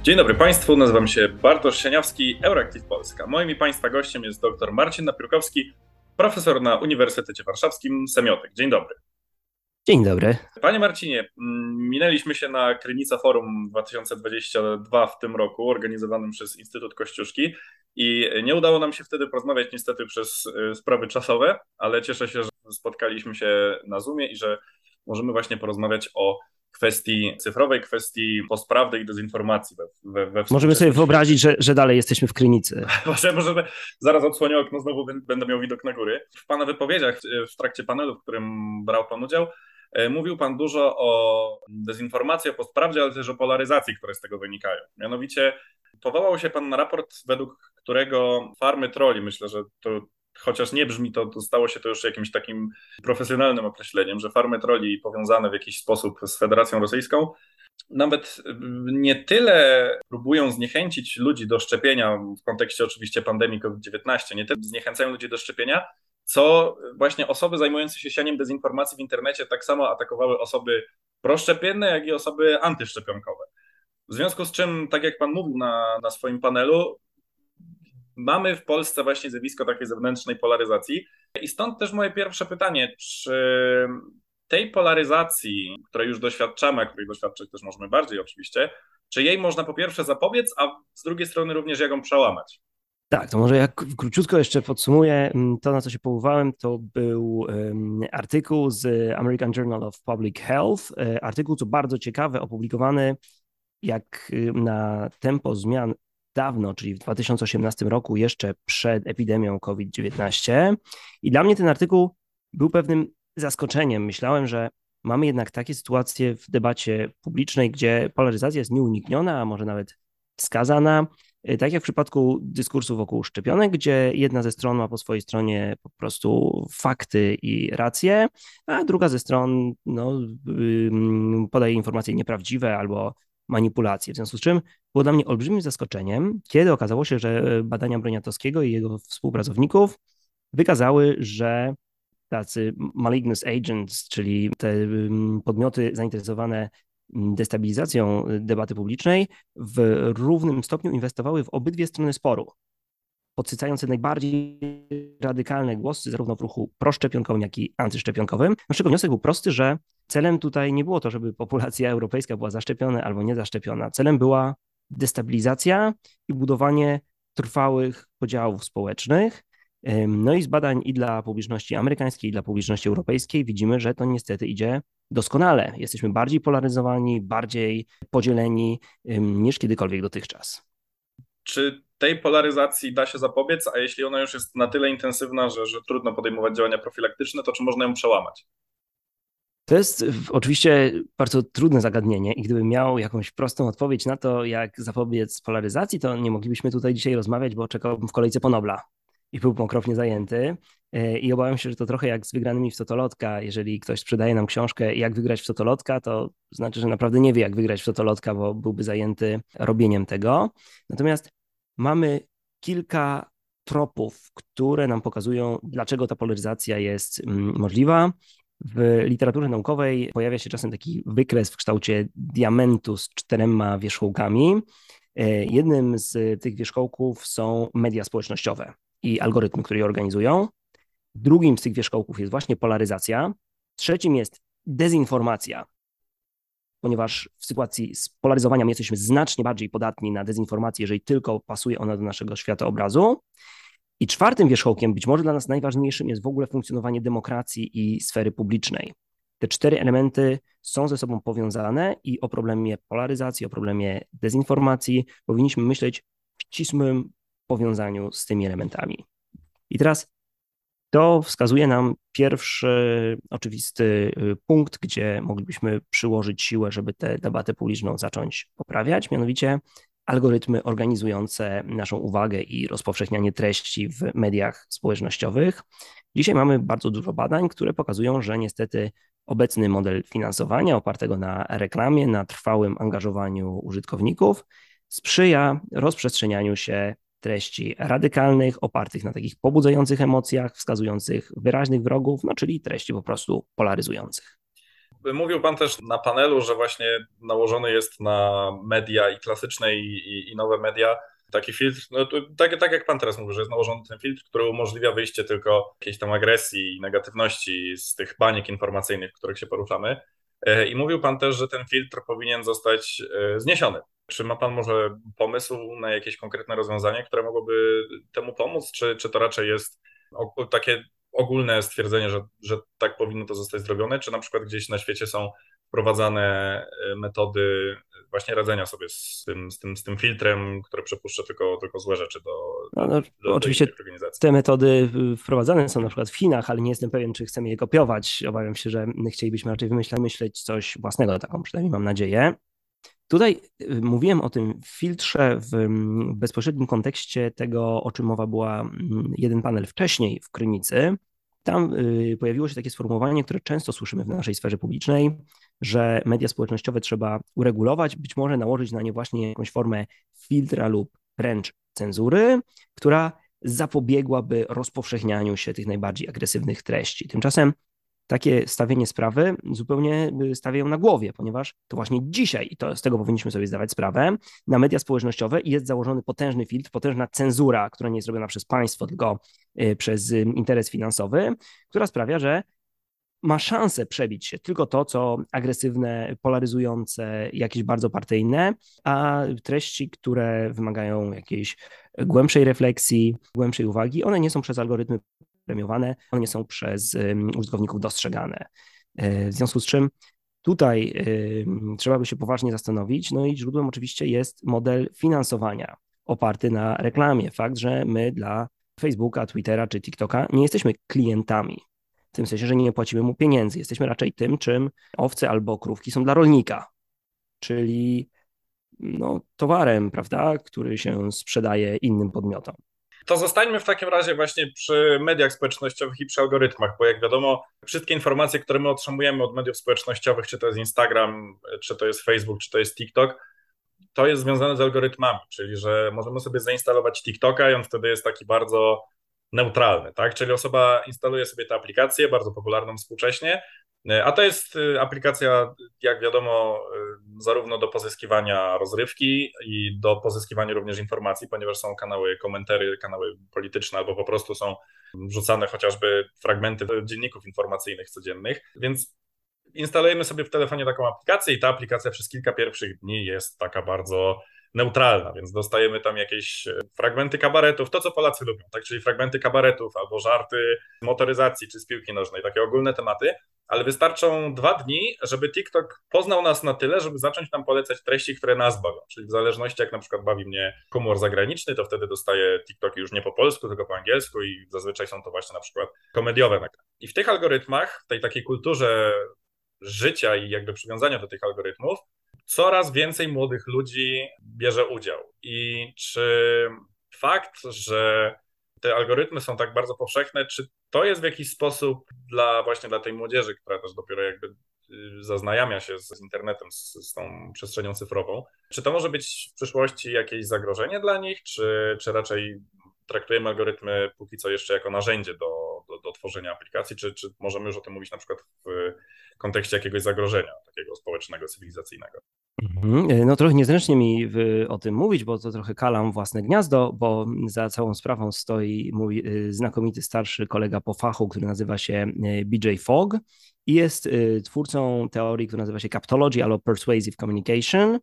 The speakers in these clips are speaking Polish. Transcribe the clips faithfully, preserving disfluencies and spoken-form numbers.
Dzień dobry Państwu, nazywam się Bartosz Sieniawski, Euractiv Polska. Moim i Państwa gościem jest dr Marcin Napiórkowski, profesor na Uniwersytecie Warszawskim, semiotyk. Dzień dobry. Dzień dobry. Panie Marcinie, minęliśmy się na Krynica Forum dwa tysiące dwudziestym drugim w tym roku, organizowanym przez Instytut Kościuszki i nie udało nam się wtedy porozmawiać niestety przez sprawy czasowe, ale cieszę się, że spotkaliśmy się na Zoomie i że możemy właśnie porozmawiać o kwestii cyfrowej, kwestii postprawdy i dezinformacji we, we, we Możemy sobie wyobrazić, że, że dalej jesteśmy w Krynicy. Może, może zaraz odsłonię okno, znowu będę miał widok na góry. W Pana wypowiedziach w trakcie panelu, w którym brał Pan udział, mówił Pan dużo o dezinformacji, o postprawdzie, ale też o polaryzacji, które z tego wynikają. Mianowicie powołał się Pan na raport, według którego farmy trolli, myślę, że to chociaż nie brzmi, to, to stało się to już jakimś takim profesjonalnym określeniem, że farmy trolli powiązane w jakiś sposób z Federacją Rosyjską nawet nie tyle próbują zniechęcić ludzi do szczepienia, w kontekście oczywiście pandemii COVID dziewiętnaście, nie tyle zniechęcają ludzi do szczepienia, co właśnie osoby zajmujące się sianiem dezinformacji w internecie tak samo atakowały osoby proszczepienne, jak i osoby antyszczepionkowe. W związku z czym, tak jak Pan mówił na, na swoim panelu, mamy w Polsce właśnie zjawisko takiej zewnętrznej polaryzacji i stąd też moje pierwsze pytanie, czy tej polaryzacji, której już doświadczamy, a której doświadczyć też możemy bardziej oczywiście, czy jej można po pierwsze zapobiec, a z drugiej strony również jak ją przełamać? Tak, to może jak króciutko jeszcze podsumuję, to na co się powoływałem, to był um, artykuł z American Journal of Public Health, artykuł co bardzo ciekawy, opublikowany jak na tempo zmian dawno, czyli w dwa tysiące osiemnastym roku, jeszcze przed epidemią COVID dziewiętnaście. I dla mnie ten artykuł był pewnym zaskoczeniem. Myślałem, że mamy jednak takie sytuacje w debacie publicznej, gdzie polaryzacja jest nieunikniona, a może nawet wskazana, tak jak w przypadku dyskursu wokół szczepionek, gdzie jedna ze stron ma po swojej stronie po prostu fakty i racje, a druga ze stron no, podaje informacje nieprawdziwe albo manipulacje. W związku z czym było dla mnie olbrzymim zaskoczeniem, kiedy okazało się, że badania Broniatowskiego i jego współpracowników wykazały, że tacy malignous agents, czyli te podmioty zainteresowane destabilizacją debaty publicznej, w równym stopniu inwestowały w obydwie strony sporu, podsycające najbardziej radykalne głosy zarówno w ruchu proszczepionkowym, jak i antyszczepionkowym. Naszego wniosek był prosty, że celem tutaj nie było to, żeby populacja europejska była zaszczepiona albo niezaszczepiona. Celem była destabilizacja i budowanie trwałych podziałów społecznych. No i z badań i dla publiczności amerykańskiej, i dla publiczności europejskiej widzimy, że to niestety idzie doskonale. Jesteśmy bardziej polaryzowani, bardziej podzieleni niż kiedykolwiek dotychczas. Czy tej polaryzacji da się zapobiec, a jeśli ona już jest na tyle intensywna, że, że trudno podejmować działania profilaktyczne, to czy można ją przełamać? To jest oczywiście bardzo trudne zagadnienie i gdybym miał jakąś prostą odpowiedź na to, jak zapobiec polaryzacji, to nie moglibyśmy tutaj dzisiaj rozmawiać, bo czekałbym w kolejce po Nobla i byłbym okropnie zajęty. I obawiam się, że to trochę jak z wygranymi w Totolotka. Jeżeli ktoś sprzedaje nam książkę Jak wygrać w Totolotka, to znaczy, że naprawdę nie wie, jak wygrać w Totolotka, bo byłby zajęty robieniem tego. Natomiast mamy kilka tropów, które nam pokazują, dlaczego ta polaryzacja jest możliwa. W literaturze naukowej pojawia się czasem taki wykres w kształcie diamentu z czterema wierzchołkami. Jednym z tych wierzchołków są media społecznościowe i algorytmy, które je organizują. Drugim z tych wierzchołków jest właśnie polaryzacja. Trzecim jest dezinformacja, ponieważ w sytuacji spolaryzowania my jesteśmy znacznie bardziej podatni na dezinformację, jeżeli tylko pasuje ona do naszego światoobrazu. I czwartym wierzchołkiem, być może dla nas najważniejszym, jest w ogóle funkcjonowanie demokracji i sfery publicznej. Te cztery elementy są ze sobą powiązane i o problemie polaryzacji, o problemie dezinformacji powinniśmy myśleć w ścisłym powiązaniu z tymi elementami. I teraz to wskazuje nam pierwszy oczywisty punkt, gdzie moglibyśmy przyłożyć siłę, żeby tę debatę publiczną zacząć poprawiać, mianowicie algorytmy organizujące naszą uwagę i rozpowszechnianie treści w mediach społecznościowych. Dzisiaj mamy bardzo dużo badań, które pokazują, że niestety obecny model finansowania opartego na reklamie, na trwałym angażowaniu użytkowników sprzyja rozprzestrzenianiu się treści radykalnych, opartych na takich pobudzających emocjach, wskazujących wyraźnych wrogów, no czyli treści po prostu polaryzujących. Mówił Pan też na panelu, że właśnie nałożony jest na media i klasyczne i, i, i nowe media taki filtr, no to, tak, tak jak Pan teraz mówi, że jest nałożony ten filtr, który umożliwia wyjście tylko jakiejś tam agresji i negatywności z tych baniek informacyjnych, w których się poruszamy. E, I mówił Pan też, że ten filtr powinien zostać e, zniesiony. Czy ma Pan może pomysł na jakieś konkretne rozwiązanie, które mogłoby temu pomóc, czy, czy to raczej jest o- takie ogólne stwierdzenie, że, że tak powinno to zostać zrobione, czy na przykład gdzieś na świecie są wprowadzane e, metody właśnie radzenia sobie z tym, z tym, z tym filtrem, który przepuszcza tylko, tylko złe rzeczy do, No, do, no, do, do oczywiście innych organizacji. te metody y, wprowadzane są na przykład w Chinach, ale nie jestem pewien, czy chcemy je kopiować. Obawiam się, że chcielibyśmy raczej wymyślać myśleć coś własnego, taką przynajmniej mam nadzieję. Tutaj y, mówiłem o tym filtrze w mm, bezpośrednim kontekście tego, o czym mowa była mm, jeden panel wcześniej w Krynicy. Tam y, pojawiło się takie sformułowanie, które często słyszymy w naszej sferze publicznej, że media społecznościowe trzeba uregulować, być może nałożyć na nie właśnie jakąś formę filtra lub wręcz cenzury, która zapobiegłaby rozpowszechnianiu się tych najbardziej agresywnych treści. Tymczasem takie stawienie sprawy zupełnie stawia ją na głowie, ponieważ to właśnie dzisiaj, i to z tego powinniśmy sobie zdawać sprawę, na media społecznościowe jest założony potężny filtr, potężna cenzura, która nie jest robiona przez państwo, tylko y, przez y, interes finansowy, która sprawia, że ma szansę przebić się tylko to, co agresywne, polaryzujące, jakieś bardzo partyjne, a treści, które wymagają jakiejś głębszej refleksji, głębszej uwagi, one nie są przez algorytmy premiowane, one nie są przez um, użytkowników dostrzegane. W związku z czym tutaj um, trzeba by się poważnie zastanowić, no i źródłem oczywiście jest model finansowania oparty na reklamie. Fakt, że my dla Facebooka, Twittera czy TikToka nie jesteśmy klientami. W tym sensie, że nie płacimy mu pieniędzy. Jesteśmy raczej tym, czym owce albo krówki są dla rolnika, czyli no, towarem, prawda, który się sprzedaje innym podmiotom. To zostańmy w takim razie właśnie przy mediach społecznościowych i przy algorytmach, bo jak wiadomo, wszystkie informacje, które my otrzymujemy od mediów społecznościowych, czy to jest Instagram, czy to jest Facebook, czy to jest TikTok, to jest związane z algorytmami, czyli że możemy sobie zainstalować TikToka i on wtedy jest taki bardzo neutralny, tak? Czyli osoba instaluje sobie tę aplikację, bardzo popularną współcześnie, a to jest aplikacja, jak wiadomo, zarówno do pozyskiwania rozrywki i do pozyskiwania również informacji, ponieważ są kanały komentarzy, kanały polityczne, albo po prostu są wrzucane chociażby fragmenty dzienników informacyjnych codziennych, więc instalujemy sobie w telefonie taką aplikację i ta aplikacja przez kilka pierwszych dni jest taka bardzo neutralna, więc dostajemy tam jakieś fragmenty kabaretów, to co Polacy lubią, tak, czyli fragmenty kabaretów albo żarty z motoryzacji czy z piłki nożnej, takie ogólne tematy, ale wystarczą dwa dni, żeby TikTok poznał nas na tyle, żeby zacząć nam polecać treści, które nas bawią, czyli w zależności jak na przykład bawi mnie humor zagraniczny, to wtedy dostaję TikToki już nie po polsku, tylko po angielsku i zazwyczaj są to właśnie na przykład komediowe nagrania. I w tych algorytmach, w tej takiej kulturze życia i jakby przywiązania do tych algorytmów, coraz więcej młodych ludzi bierze udział. I czy fakt, że te algorytmy są tak bardzo powszechne, czy to jest w jakiś sposób dla właśnie dla tej młodzieży, która też dopiero jakby zaznajamia się z, z internetem, z, z tą przestrzenią cyfrową, czy to może być w przyszłości jakieś zagrożenie dla nich, czy, czy raczej traktujemy algorytmy póki co jeszcze jako narzędzie do, do, do tworzenia aplikacji, czy, czy możemy już o tym mówić na przykład w kontekście jakiegoś zagrożenia takiego społecznego, cywilizacyjnego? No trochę niezręcznie mi w, o tym mówić, bo to trochę kalam własne gniazdo, bo za całą sprawą stoi mój znakomity starszy kolega po fachu, który nazywa się B J Fogg i jest twórcą teorii, która nazywa się Captology albo Persuasive Communication,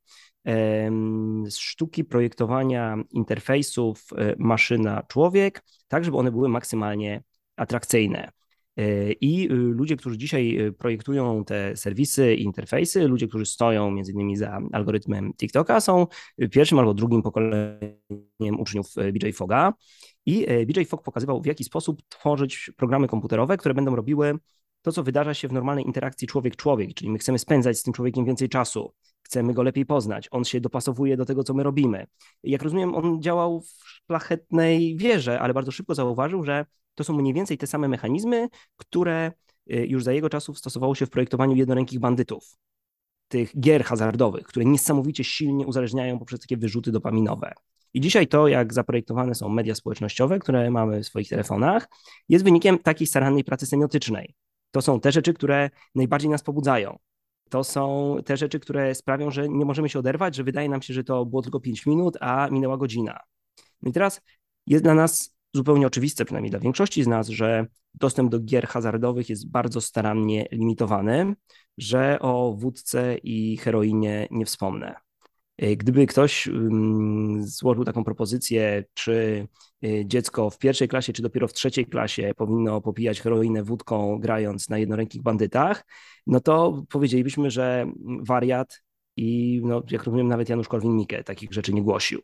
z sztuki projektowania interfejsów maszyna-człowiek, tak żeby one były maksymalnie atrakcyjne. I ludzie, którzy dzisiaj projektują te serwisy, interfejsy, ludzie, którzy stoją między innymi za algorytmem TikToka, są pierwszym albo drugim pokoleniem uczniów B J Fogga. I B J Fogg pokazywał, w jaki sposób tworzyć programy komputerowe, które będą robiły to, co wydarza się w normalnej interakcji człowiek-człowiek, czyli my chcemy spędzać z tym człowiekiem więcej czasu, chcemy go lepiej poznać, on się dopasowuje do tego, co my robimy. Jak rozumiem, on działał w szlachetnej wierze, ale bardzo szybko zauważył, że to są mniej więcej te same mechanizmy, które już za jego czasów stosowało się w projektowaniu jednorękich bandytów, tych gier hazardowych, które niesamowicie silnie uzależniają poprzez takie wyrzuty dopaminowe. I dzisiaj to, jak zaprojektowane są media społecznościowe, które mamy w swoich telefonach, jest wynikiem takiej starannej pracy semiotycznej. To są te rzeczy, które najbardziej nas pobudzają. To są te rzeczy, które sprawią, że nie możemy się oderwać, że wydaje nam się, że to było tylko pięć minut, a minęła godzina. No i teraz jest dla nas zupełnie oczywiste, przynajmniej dla większości z nas, że dostęp do gier hazardowych jest bardzo starannie limitowany, że o wódce i heroinie nie wspomnę. Gdyby ktoś mm, złożył taką propozycję, czy y, dziecko w pierwszej klasie, czy dopiero w trzeciej klasie powinno popijać heroinę wódką, grając na jednorękich bandytach, no to powiedzielibyśmy, że wariat i, no, jak rozumiem, nawet Janusz Korwin-Mikke takich rzeczy nie głosił.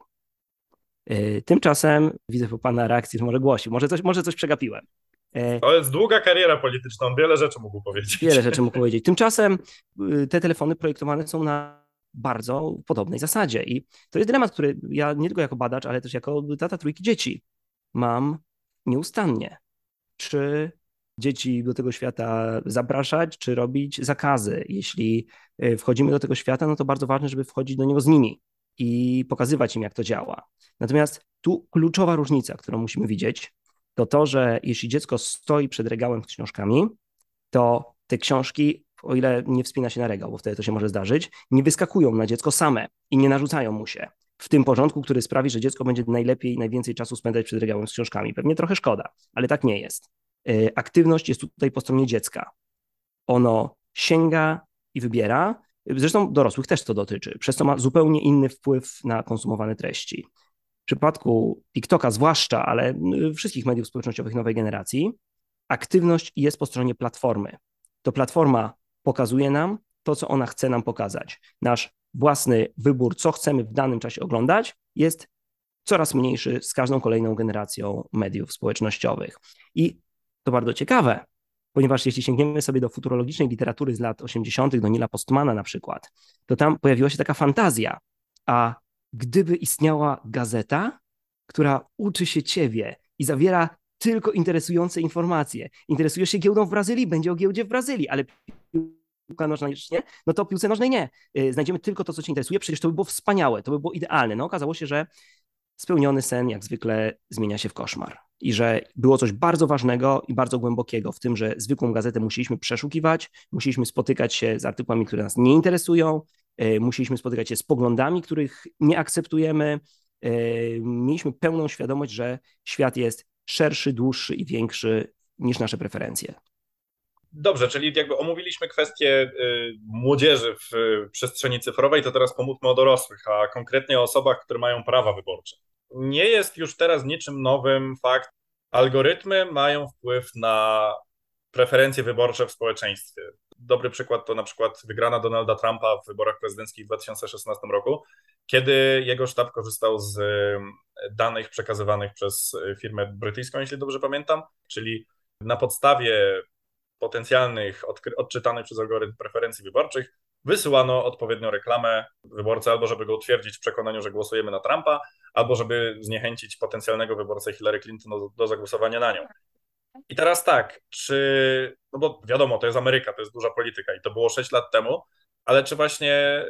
Y, Tymczasem widzę po pana reakcji, że może głosił, może coś, może coś przegapiłem. Y, To jest długa kariera polityczna, on wiele rzeczy mógł powiedzieć. Wiele rzeczy mógł powiedzieć. Tymczasem y, te telefony projektowane są na bardzo podobnej zasadzie. I to jest dylemat, który ja nie tylko jako badacz, ale też jako tata trójki dzieci mam nieustannie. Czy dzieci do tego świata zapraszać, czy robić zakazy? Jeśli wchodzimy do tego świata, no to bardzo ważne, żeby wchodzić do niego z nimi i pokazywać im, jak to działa. Natomiast tu kluczowa różnica, którą musimy widzieć, to to, że jeśli dziecko stoi przed regałem z książkami, to te książki, o ile nie wspina się na regał, bo wtedy to się może zdarzyć, nie wyskakują na dziecko same i nie narzucają mu się w tym porządku, który sprawi, że dziecko będzie najlepiej i najwięcej czasu spędzać przed regałem z książkami. Pewnie trochę szkoda, ale tak nie jest. Aktywność jest tutaj po stronie dziecka. Ono sięga i wybiera. Zresztą dorosłych też to dotyczy, przez co ma zupełnie inny wpływ na konsumowane treści. W przypadku TikToka zwłaszcza, ale wszystkich mediów społecznościowych nowej generacji, aktywność jest po stronie platformy. To platforma pokazuje nam to, co ona chce nam pokazać. Nasz własny wybór, co chcemy w danym czasie oglądać, jest coraz mniejszy z każdą kolejną generacją mediów społecznościowych. I to bardzo ciekawe, ponieważ jeśli sięgniemy sobie do futurologicznej literatury z lat osiemdziesiątych, do Neila Postmana na przykład, to tam pojawiła się taka fantazja, a gdyby istniała gazeta, która uczy się ciebie i zawiera tylko interesujące informacje. Interesujesz się giełdą w Brazylii? Będzie o giełdzie w Brazylii, ale piłka nożna nie? No to piłce nożnej nie. Znajdziemy tylko to, co cię interesuje. Przecież to by było wspaniałe, to by było idealne. No okazało się, że spełniony sen jak zwykle zmienia się w koszmar. I że było coś bardzo ważnego i bardzo głębokiego w tym, że zwykłą gazetę musieliśmy przeszukiwać, musieliśmy spotykać się z artykułami, które nas nie interesują, musieliśmy spotykać się z poglądami, których nie akceptujemy. Mieliśmy pełną świadomość, że świat jest szerszy, dłuższy i większy niż nasze preferencje. Dobrze, czyli jakby omówiliśmy kwestię y, młodzieży w y, przestrzeni cyfrowej, to teraz pomówmy o dorosłych, a konkretnie o osobach, które mają prawa wyborcze. Nie jest już teraz niczym nowym fakt, algorytmy mają wpływ na preferencje wyborcze w społeczeństwie. Dobry przykład to na przykład wygrana Donalda Trumpa w wyborach prezydenckich w dwa tysiące szesnastym roku, kiedy jego sztab korzystał z danych przekazywanych przez firmę brytyjską, jeśli dobrze pamiętam, czyli na podstawie potencjalnych, odczytanych przez algorytm preferencji wyborczych wysyłano odpowiednią reklamę wyborcy, albo żeby go utwierdzić w przekonaniu, że głosujemy na Trumpa, albo żeby zniechęcić potencjalnego wyborcę Hillary Clinton do, do zagłosowania na nią. I teraz tak, czy, no bo wiadomo, to jest Ameryka, to jest duża polityka i to było sześć lat temu, ale czy właśnie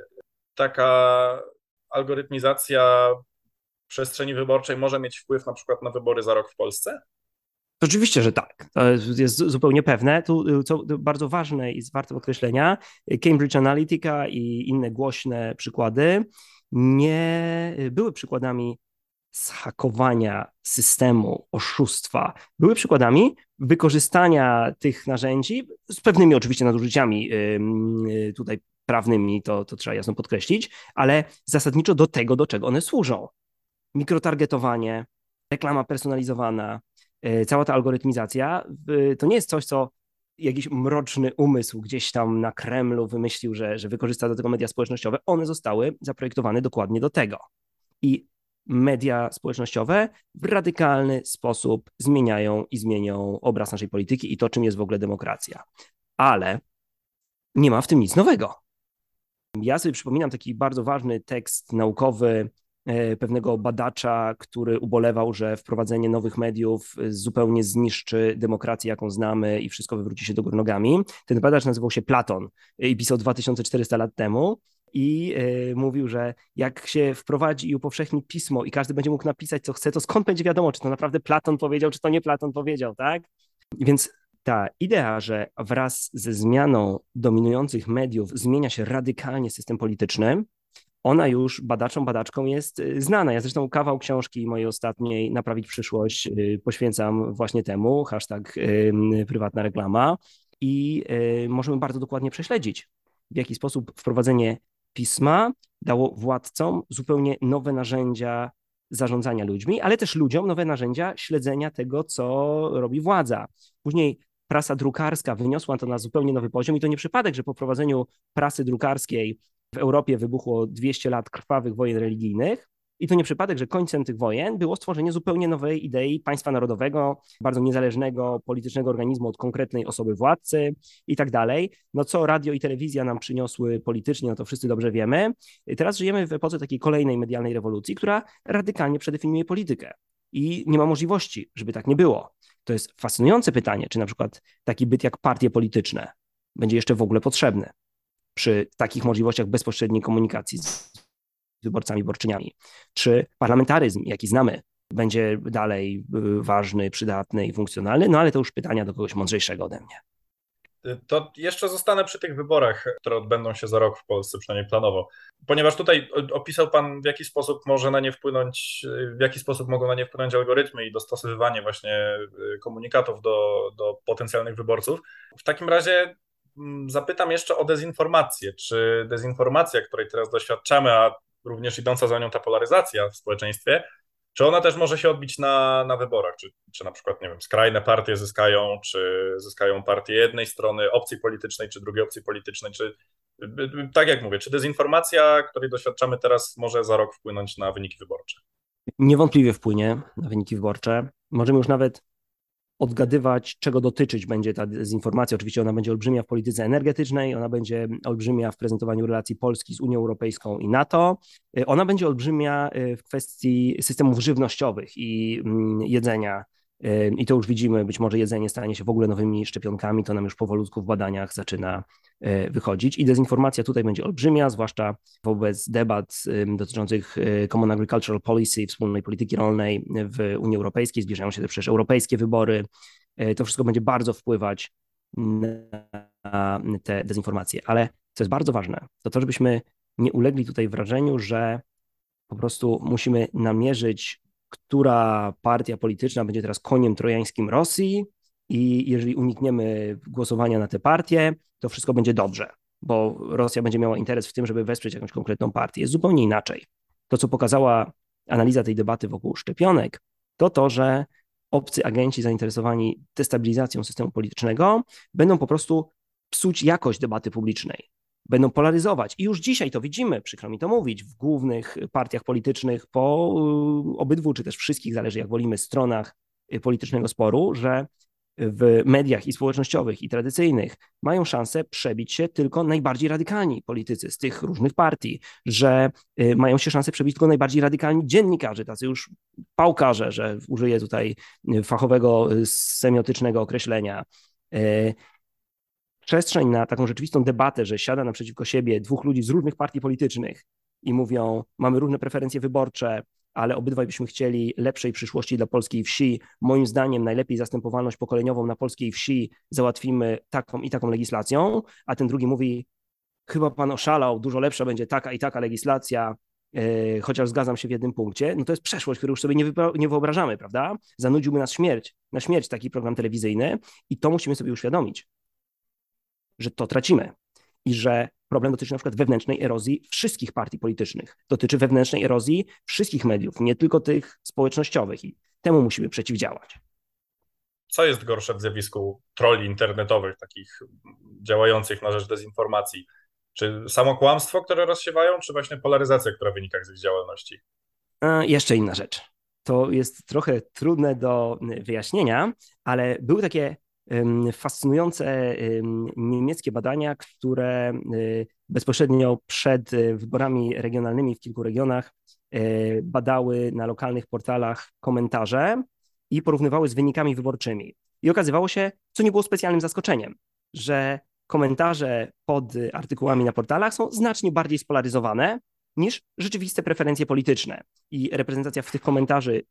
taka algorytmizacja przestrzeni wyborczej może mieć wpływ na przykład na wybory za rok w Polsce? Oczywiście, że tak. To jest zupełnie pewne. Tu, co bardzo ważne i warte podkreślenia, Cambridge Analytica i inne głośne przykłady nie były przykładami zhakowania systemu, oszustwa. Były przykładami wykorzystania tych narzędzi z pewnymi oczywiście nadużyciami tutaj prawnymi, to, to trzeba jasno podkreślić, ale zasadniczo do tego, do czego one służą. Mikrotargetowanie, reklama personalizowana, cała ta algorytmizacja, to nie jest coś, co jakiś mroczny umysł gdzieś tam na Kremlu wymyślił, że, że wykorzysta do tego media społecznościowe. One zostały zaprojektowane dokładnie do tego. I media społecznościowe w radykalny sposób zmieniają i zmienią obraz naszej polityki i to, czym jest w ogóle demokracja. Ale nie ma w tym nic nowego. Ja sobie przypominam taki bardzo ważny tekst naukowy pewnego badacza, który ubolewał, że wprowadzenie nowych mediów zupełnie zniszczy demokrację, jaką znamy i wszystko wywróci się do góry nogami. Ten badacz nazywał się Platon i pisał dwa tysiące czterysta lat temu i yy, mówił, że jak się wprowadzi i upowszechni pismo i każdy będzie mógł napisać, co chce, to skąd będzie wiadomo, czy to naprawdę Platon powiedział, czy to nie Platon powiedział, tak? Więc ta idea, że wraz ze zmianą dominujących mediów zmienia się radykalnie system polityczny, ona już badaczom, badaczkom jest znana. Ja zresztą kawał książki mojej ostatniej Naprawić przyszłość poświęcam właśnie temu, hashtag prywatna reklama i możemy bardzo dokładnie prześledzić, w jaki sposób wprowadzenie pisma dało władcom zupełnie nowe narzędzia zarządzania ludźmi, ale też ludziom nowe narzędzia śledzenia tego, co robi władza. Później prasa drukarska wyniosła to na zupełnie nowy poziom i to nie przypadek, że po wprowadzeniu prasy drukarskiej w Europie wybuchło dwieście lat krwawych wojen religijnych i to nie przypadek, że końcem tych wojen było stworzenie zupełnie nowej idei państwa narodowego, bardzo niezależnego politycznego organizmu od konkretnej osoby władcy i tak dalej. No co radio i telewizja nam przyniosły politycznie, no to wszyscy dobrze wiemy. Teraz żyjemy w epoce takiej kolejnej medialnej rewolucji, która radykalnie przedefiniuje politykę i nie ma możliwości, żeby tak nie było. To jest fascynujące pytanie, czy na przykład taki byt jak partie polityczne będzie jeszcze w ogóle potrzebny przy takich możliwościach bezpośredniej komunikacji z wyborcami, wyborczyniami. Czy parlamentaryzm, jaki znamy, będzie dalej ważny, przydatny i funkcjonalny? No ale to już pytania do kogoś mądrzejszego ode mnie. To jeszcze zostanę przy tych wyborach, które odbędą się za rok w Polsce, przynajmniej planowo. Ponieważ tutaj opisał Pan, w jaki sposób może na nie wpłynąć, w jaki sposób mogą na nie wpłynąć algorytmy i dostosowywanie właśnie komunikatów do, do potencjalnych wyborców. W takim razie zapytam jeszcze o dezinformację. Czy dezinformacja, której teraz doświadczamy, a również idąca za nią ta polaryzacja w społeczeństwie, czy ona też może się odbić na, na wyborach? Czy, czy na przykład, nie wiem, skrajne partie zyskają, czy zyskają partie jednej strony, opcji politycznej, czy drugiej opcji politycznej, czy tak jak mówię, czy dezinformacja, której doświadczamy teraz, może za rok wpłynąć na wyniki wyborcze? Niewątpliwie wpłynie na wyniki wyborcze. Możemy już nawet odgadywać, czego dotyczyć będzie ta dezinformacja. Oczywiście ona będzie olbrzymia w polityce energetycznej, ona będzie olbrzymia w prezentowaniu relacji Polski z Unią Europejską i NATO, ona będzie olbrzymia w kwestii systemów żywnościowych i jedzenia. I to już widzimy, być może jedzenie stanie się w ogóle nowymi szczepionkami, to nam już powolutku w badaniach zaczyna wychodzić. I dezinformacja tutaj będzie olbrzymia, zwłaszcza wobec debat dotyczących Common Agricultural Policy, wspólnej polityki rolnej w Unii Europejskiej. Zbliżają się też przecież europejskie wybory. To wszystko będzie bardzo wpływać na te dezinformacje. Ale co jest bardzo ważne, to to, żebyśmy nie ulegli tutaj wrażeniu, że po prostu musimy namierzyć, która partia polityczna będzie teraz koniem trojańskim Rosji i jeżeli unikniemy głosowania na tę partię, to wszystko będzie dobrze, bo Rosja będzie miała interes w tym, żeby wesprzeć jakąś konkretną partię. Jest zupełnie inaczej. To, co pokazała analiza tej debaty wokół szczepionek, to to, że obcy agenci zainteresowani destabilizacją systemu politycznego będą po prostu psuć jakość debaty publicznej. Będą polaryzować. I już dzisiaj to widzimy, przykro mi to mówić, w głównych partiach politycznych po obydwu, czy też wszystkich, zależy jak wolimy, stronach politycznego sporu, że w mediach i społecznościowych, i tradycyjnych mają szansę przebić się tylko najbardziej radykalni politycy z tych różnych partii, że mają się szansę przebić tylko najbardziej radykalni dziennikarze, tacy już pałkarze, że użyję tutaj fachowego, semiotycznego określenia. Przestrzeń na taką rzeczywistą debatę, że siada naprzeciwko siebie dwóch ludzi z różnych partii politycznych i mówią, mamy różne preferencje wyborcze, ale obydwaj byśmy chcieli lepszej przyszłości dla polskiej wsi. Moim zdaniem najlepiej zastępowalność pokoleniową na polskiej wsi załatwimy taką i taką legislacją, a ten drugi mówi, chyba pan oszalał, dużo lepsza będzie taka i taka legislacja, yy, chociaż zgadzam się w jednym punkcie. No to jest przeszłość, której już sobie nie, nie wyobrażamy, prawda? Zanudziłby nas śmierć, na śmierć taki program telewizyjny i to musimy sobie uświadomić, że to tracimy i że problem dotyczy na przykład wewnętrznej erozji wszystkich partii politycznych, dotyczy wewnętrznej erozji wszystkich mediów, nie tylko tych społecznościowych i temu musimy przeciwdziałać. Co jest gorsze w zjawisku trolli internetowych, takich działających na rzecz dezinformacji? Czy samo kłamstwo, które rozsiewają, czy właśnie polaryzacja, która wynika z ich działalności? A jeszcze inna rzecz. To jest trochę trudne do wyjaśnienia, ale były takie fascynujące niemieckie badania, które bezpośrednio przed wyborami regionalnymi w kilku regionach badały na lokalnych portalach komentarze i porównywały z wynikami wyborczymi. I okazywało się, co nie było specjalnym zaskoczeniem, że komentarze pod artykułami na portalach są znacznie bardziej spolaryzowane niż rzeczywiste preferencje polityczne. I reprezentacja w tych komentarzy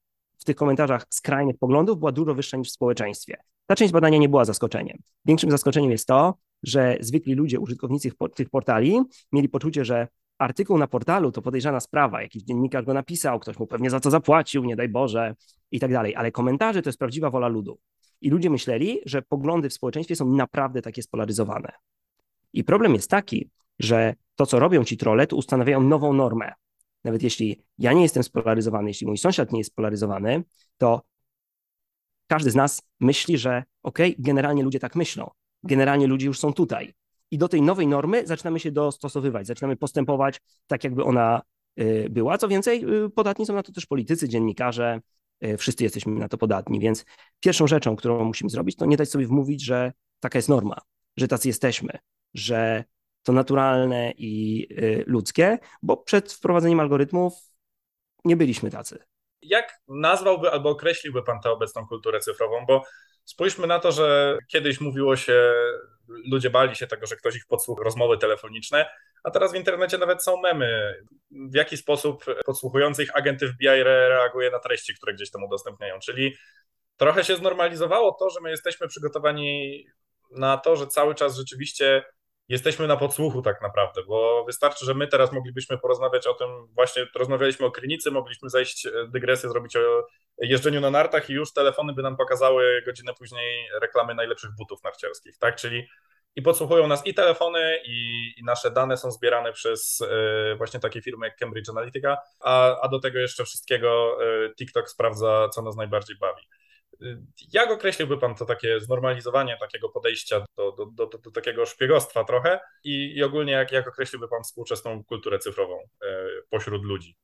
w tych komentarzach skrajnych poglądów była dużo wyższa niż w społeczeństwie. Ta część badania nie była zaskoczeniem. Większym zaskoczeniem jest to, że zwykli ludzie, użytkownicy tych portali mieli poczucie, że artykuł na portalu to podejrzana sprawa, jakiś dziennikarz go napisał, ktoś mu pewnie za to zapłacił, nie daj Boże i tak dalej, ale komentarze to jest prawdziwa wola ludu. I ludzie myśleli, że poglądy w społeczeństwie są naprawdę takie spolaryzowane. I problem jest taki, że to, co robią ci trolle, to ustanawiają nową normę. Nawet jeśli ja nie jestem spolaryzowany, jeśli mój sąsiad nie jest spolaryzowany, to każdy z nas myśli, że okej, okay, generalnie ludzie tak myślą, generalnie ludzie już są tutaj. I do tej nowej normy zaczynamy się dostosowywać, zaczynamy postępować tak, jakby ona była. Co więcej, podatni są na to też politycy, dziennikarze, wszyscy jesteśmy na to podatni, więc pierwszą rzeczą, którą musimy zrobić, to nie dać sobie wmówić, że taka jest norma, że tacy jesteśmy, że to naturalne i ludzkie, bo przed wprowadzeniem algorytmów nie byliśmy tacy. Jak nazwałby albo określiłby pan tę obecną kulturę cyfrową? Bo spójrzmy na to, że kiedyś mówiło się, ludzie bali się tego, że ktoś ich podsłucha, rozmowy telefoniczne, a teraz w internecie nawet są memy. W jaki sposób podsłuchujący ich agent F B I reaguje na treści, które gdzieś tam udostępniają? Czyli trochę się znormalizowało to, że my jesteśmy przygotowani na to, że cały czas rzeczywiście jesteśmy na podsłuchu tak naprawdę, bo wystarczy, że my teraz moglibyśmy porozmawiać o tym, właśnie rozmawialiśmy o Krynicy, mogliśmy zejść, dygresję zrobić o jeżdżeniu na nartach i już telefony by nam pokazały godzinę później reklamy najlepszych butów narciarskich, tak? Czyli i podsłuchują nas i telefony, i, i nasze dane są zbierane przez y, właśnie takie firmy jak Cambridge Analytica, a, a do tego jeszcze wszystkiego y, TikTok sprawdza, co nas najbardziej bawi. Jak określiłby pan to takie znormalizowanie takiego podejścia do, do, do, do, do takiego szpiegostwa trochę i, i ogólnie jak, jak określiłby pan współczesną kulturę cyfrową e, pośród ludzi?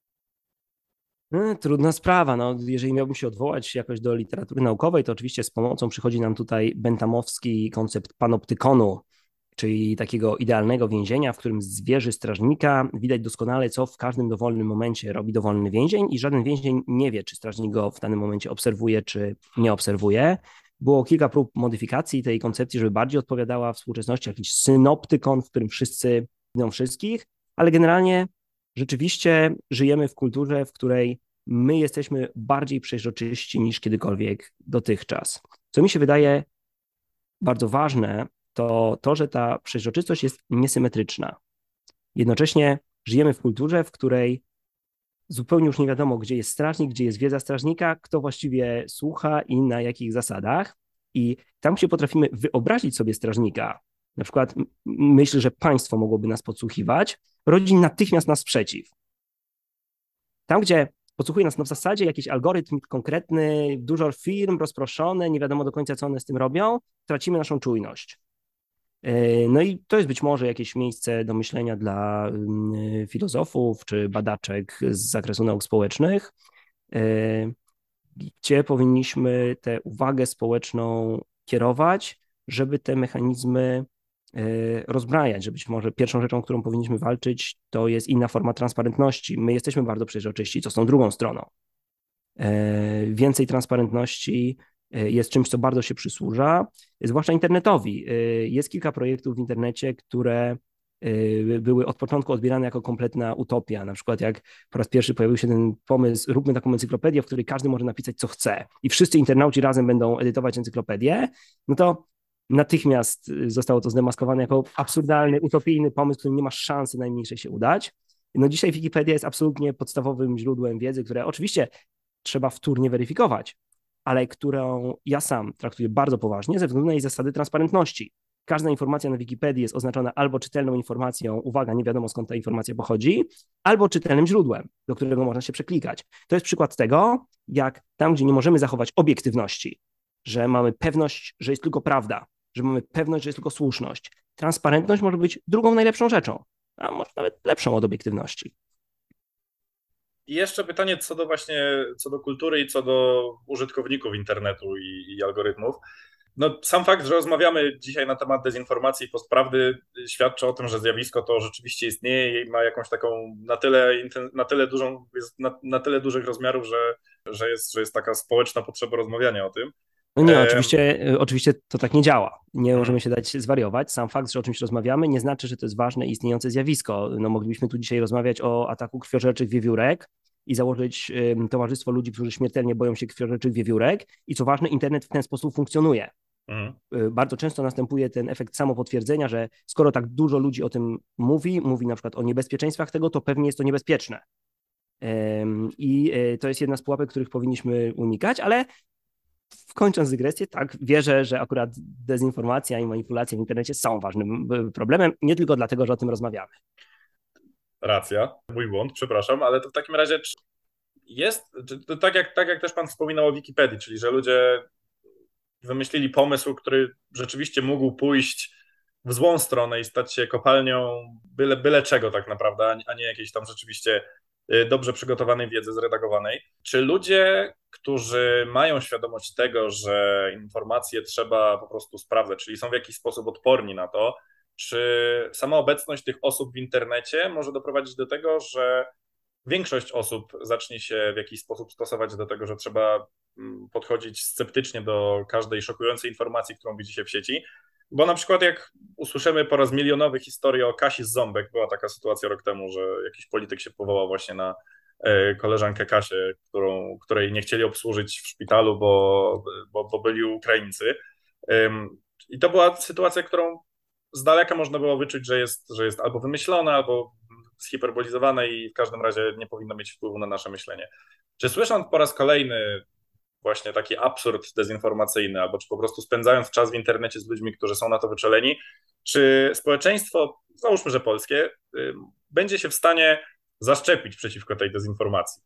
Hmm, trudna sprawa. No, jeżeli miałbym się odwołać jakoś do literatury naukowej, to oczywiście z pomocą przychodzi nam tutaj bentamowski koncept panoptykonu, czyli takiego idealnego więzienia, w którym z wieży strażnika widać doskonale, co w każdym dowolnym momencie robi dowolny więzień i żaden więzień nie wie, czy strażnik go w danym momencie obserwuje, czy nie obserwuje. Było kilka prób modyfikacji tej koncepcji, żeby bardziej odpowiadała współczesności, jakiś synoptykon, w którym wszyscy widzą wszystkich, ale generalnie rzeczywiście żyjemy w kulturze, w której my jesteśmy bardziej przeźroczyści niż kiedykolwiek dotychczas. Co mi się wydaje bardzo ważne, to to, że ta przeźroczystość jest niesymetryczna. Jednocześnie żyjemy w kulturze, w której zupełnie już nie wiadomo, gdzie jest strażnik, gdzie jest wiedza strażnika, kto właściwie słucha i na jakich zasadach. I tam, gdzie potrafimy wyobrazić sobie strażnika, na przykład myśl, że państwo mogłoby nas podsłuchiwać, rodzi natychmiast nas sprzeciw. Tam, gdzie podsłuchuje nas no w zasadzie jakiś algorytm konkretny, dużo firm rozproszone, nie wiadomo do końca, co one z tym robią, tracimy naszą czujność. No i to jest być może jakieś miejsce do myślenia dla filozofów czy badaczek z zakresu nauk społecznych, gdzie powinniśmy tę uwagę społeczną kierować, żeby te mechanizmy rozbrajać, że być może pierwszą rzeczą, którą powinniśmy walczyć, to jest inna forma transparentności. My jesteśmy bardzo przejrzyści, co z tą drugą stroną. Więcej transparentności jest czymś, co bardzo się przysłuża, zwłaszcza internetowi. Jest kilka projektów w internecie, które były od początku odbierane jako kompletna utopia. Na przykład jak po raz pierwszy pojawił się ten pomysł, róbmy taką encyklopedię, w której każdy może napisać, co chce i wszyscy internauci razem będą edytować encyklopedię, no to natychmiast zostało to zdemaskowane jako absurdalny, utopijny pomysł, który nie ma szansy najmniejszej się udać. No dzisiaj Wikipedia jest absolutnie podstawowym źródłem wiedzy, które oczywiście trzeba wtórnie weryfikować, ale którą ja sam traktuję bardzo poważnie ze względu na jej zasady transparentności. Każda informacja na Wikipedii jest oznaczona albo czytelną informacją, uwaga, nie wiadomo skąd ta informacja pochodzi, albo czytelnym źródłem, do którego można się przeklikać. To jest przykład tego, jak tam, gdzie nie możemy zachować obiektywności, że mamy pewność, że jest tylko prawda, że mamy pewność, że jest tylko słuszność. Transparentność może być drugą najlepszą rzeczą, a może nawet lepszą od obiektywności. I jeszcze pytanie co do właśnie, co do kultury i co do użytkowników internetu i, i algorytmów. No, sam fakt, że rozmawiamy dzisiaj na temat dezinformacji i postprawdy świadczy o tym, że zjawisko to rzeczywiście istnieje i ma jakąś taką na tyle, na tyle dużą, jest na, na tyle dużych rozmiarów, że, że, jest, że jest taka społeczna potrzeba rozmawiania o tym. No nie, oczywiście, oczywiście to tak nie działa. Nie możemy się dać zwariować. Sam fakt, że o czymś rozmawiamy, nie znaczy, że to jest ważne i istniejące zjawisko. No, moglibyśmy tu dzisiaj rozmawiać o ataku krwiożerczych wiewiórek i założyć towarzystwo ludzi, którzy śmiertelnie boją się książeczek wiewiórek i co ważne, internet w ten sposób funkcjonuje. Mhm. Bardzo często następuje ten efekt samopotwierdzenia, że skoro tak dużo ludzi o tym mówi, mówi na przykład o niebezpieczeństwach tego, to pewnie jest to niebezpieczne. I to jest jedna z pułapek, których powinniśmy unikać, ale kończąc dygresję, tak, wierzę, że akurat dezinformacja i manipulacja w internecie są ważnym problemem, nie tylko dlatego, że o tym rozmawiamy. Racja, mój błąd, przepraszam, ale to w takim razie jest, to tak, jak, tak jak też pan wspominał o Wikipedii, czyli że ludzie wymyślili pomysł, który rzeczywiście mógł pójść w złą stronę i stać się kopalnią byle, byle czego tak naprawdę, a nie jakiejś tam rzeczywiście dobrze przygotowanej wiedzy, zredagowanej. Czy ludzie, którzy mają świadomość tego, że informacje trzeba po prostu sprawdzać, czyli są w jakiś sposób odporni na to, czy sama obecność tych osób w internecie może doprowadzić do tego, że większość osób zacznie się w jakiś sposób stosować do tego, że trzeba podchodzić sceptycznie do każdej szokującej informacji, którą widzi się w sieci? Bo na przykład jak usłyszymy po raz milionowy historię o Kasi z Ząbek, była taka sytuacja rok temu, że jakiś polityk się powołał właśnie na koleżankę Kasię, którą, której nie chcieli obsłużyć w szpitalu, bo, bo, bo byli Ukraińcy. I to była sytuacja, którą z daleka można było wyczuć, że jest, że jest albo wymyślona, albo zhiperbolizowana i w każdym razie nie powinno mieć wpływu na nasze myślenie. Czy słysząc po raz kolejny właśnie taki absurd dezinformacyjny, albo czy po prostu spędzając czas w internecie z ludźmi, którzy są na to wyczuleni, czy społeczeństwo, załóżmy, że polskie, będzie się w stanie zaszczepić przeciwko tej dezinformacji?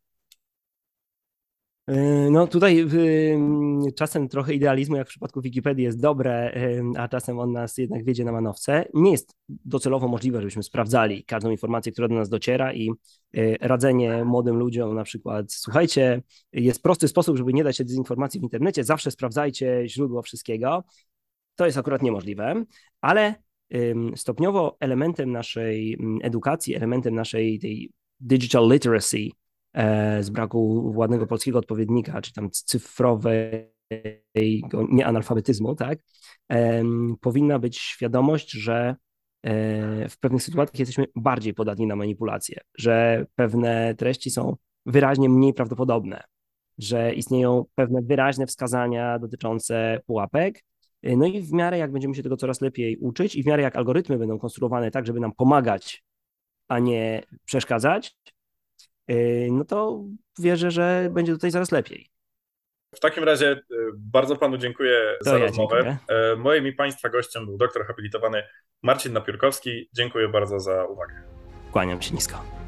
No tutaj czasem trochę idealizmu, jak w przypadku Wikipedii, jest dobre, a czasem on nas jednak wiedzie na manowce. Nie jest docelowo możliwe, żebyśmy sprawdzali każdą informację, która do nas dociera i radzenie młodym ludziom na przykład, słuchajcie, jest prosty sposób, żeby nie dać się dezinformacji w internecie, zawsze sprawdzajcie źródło wszystkiego. To jest akurat niemożliwe, ale stopniowo elementem naszej edukacji, elementem naszej tej digital literacy, z braku ładnego polskiego odpowiednika, czy tam cyfrowego nieanalfabetyzmu, tak, powinna być świadomość, że w pewnych sytuacjach jesteśmy bardziej podatni na manipulacje, że pewne treści są wyraźnie mniej prawdopodobne, że istnieją pewne wyraźne wskazania dotyczące pułapek. No i w miarę jak będziemy się tego coraz lepiej uczyć i w miarę jak algorytmy będą konstruowane tak, żeby nam pomagać, a nie przeszkadzać, no to wierzę, że będzie tutaj zaraz lepiej. W takim razie bardzo panu dziękuję to za ja rozmowę. Dziękuję. Moim i państwa gościem był doktor habilitowany Marcin Napiórkowski. Dziękuję bardzo za uwagę. Kłaniam się nisko.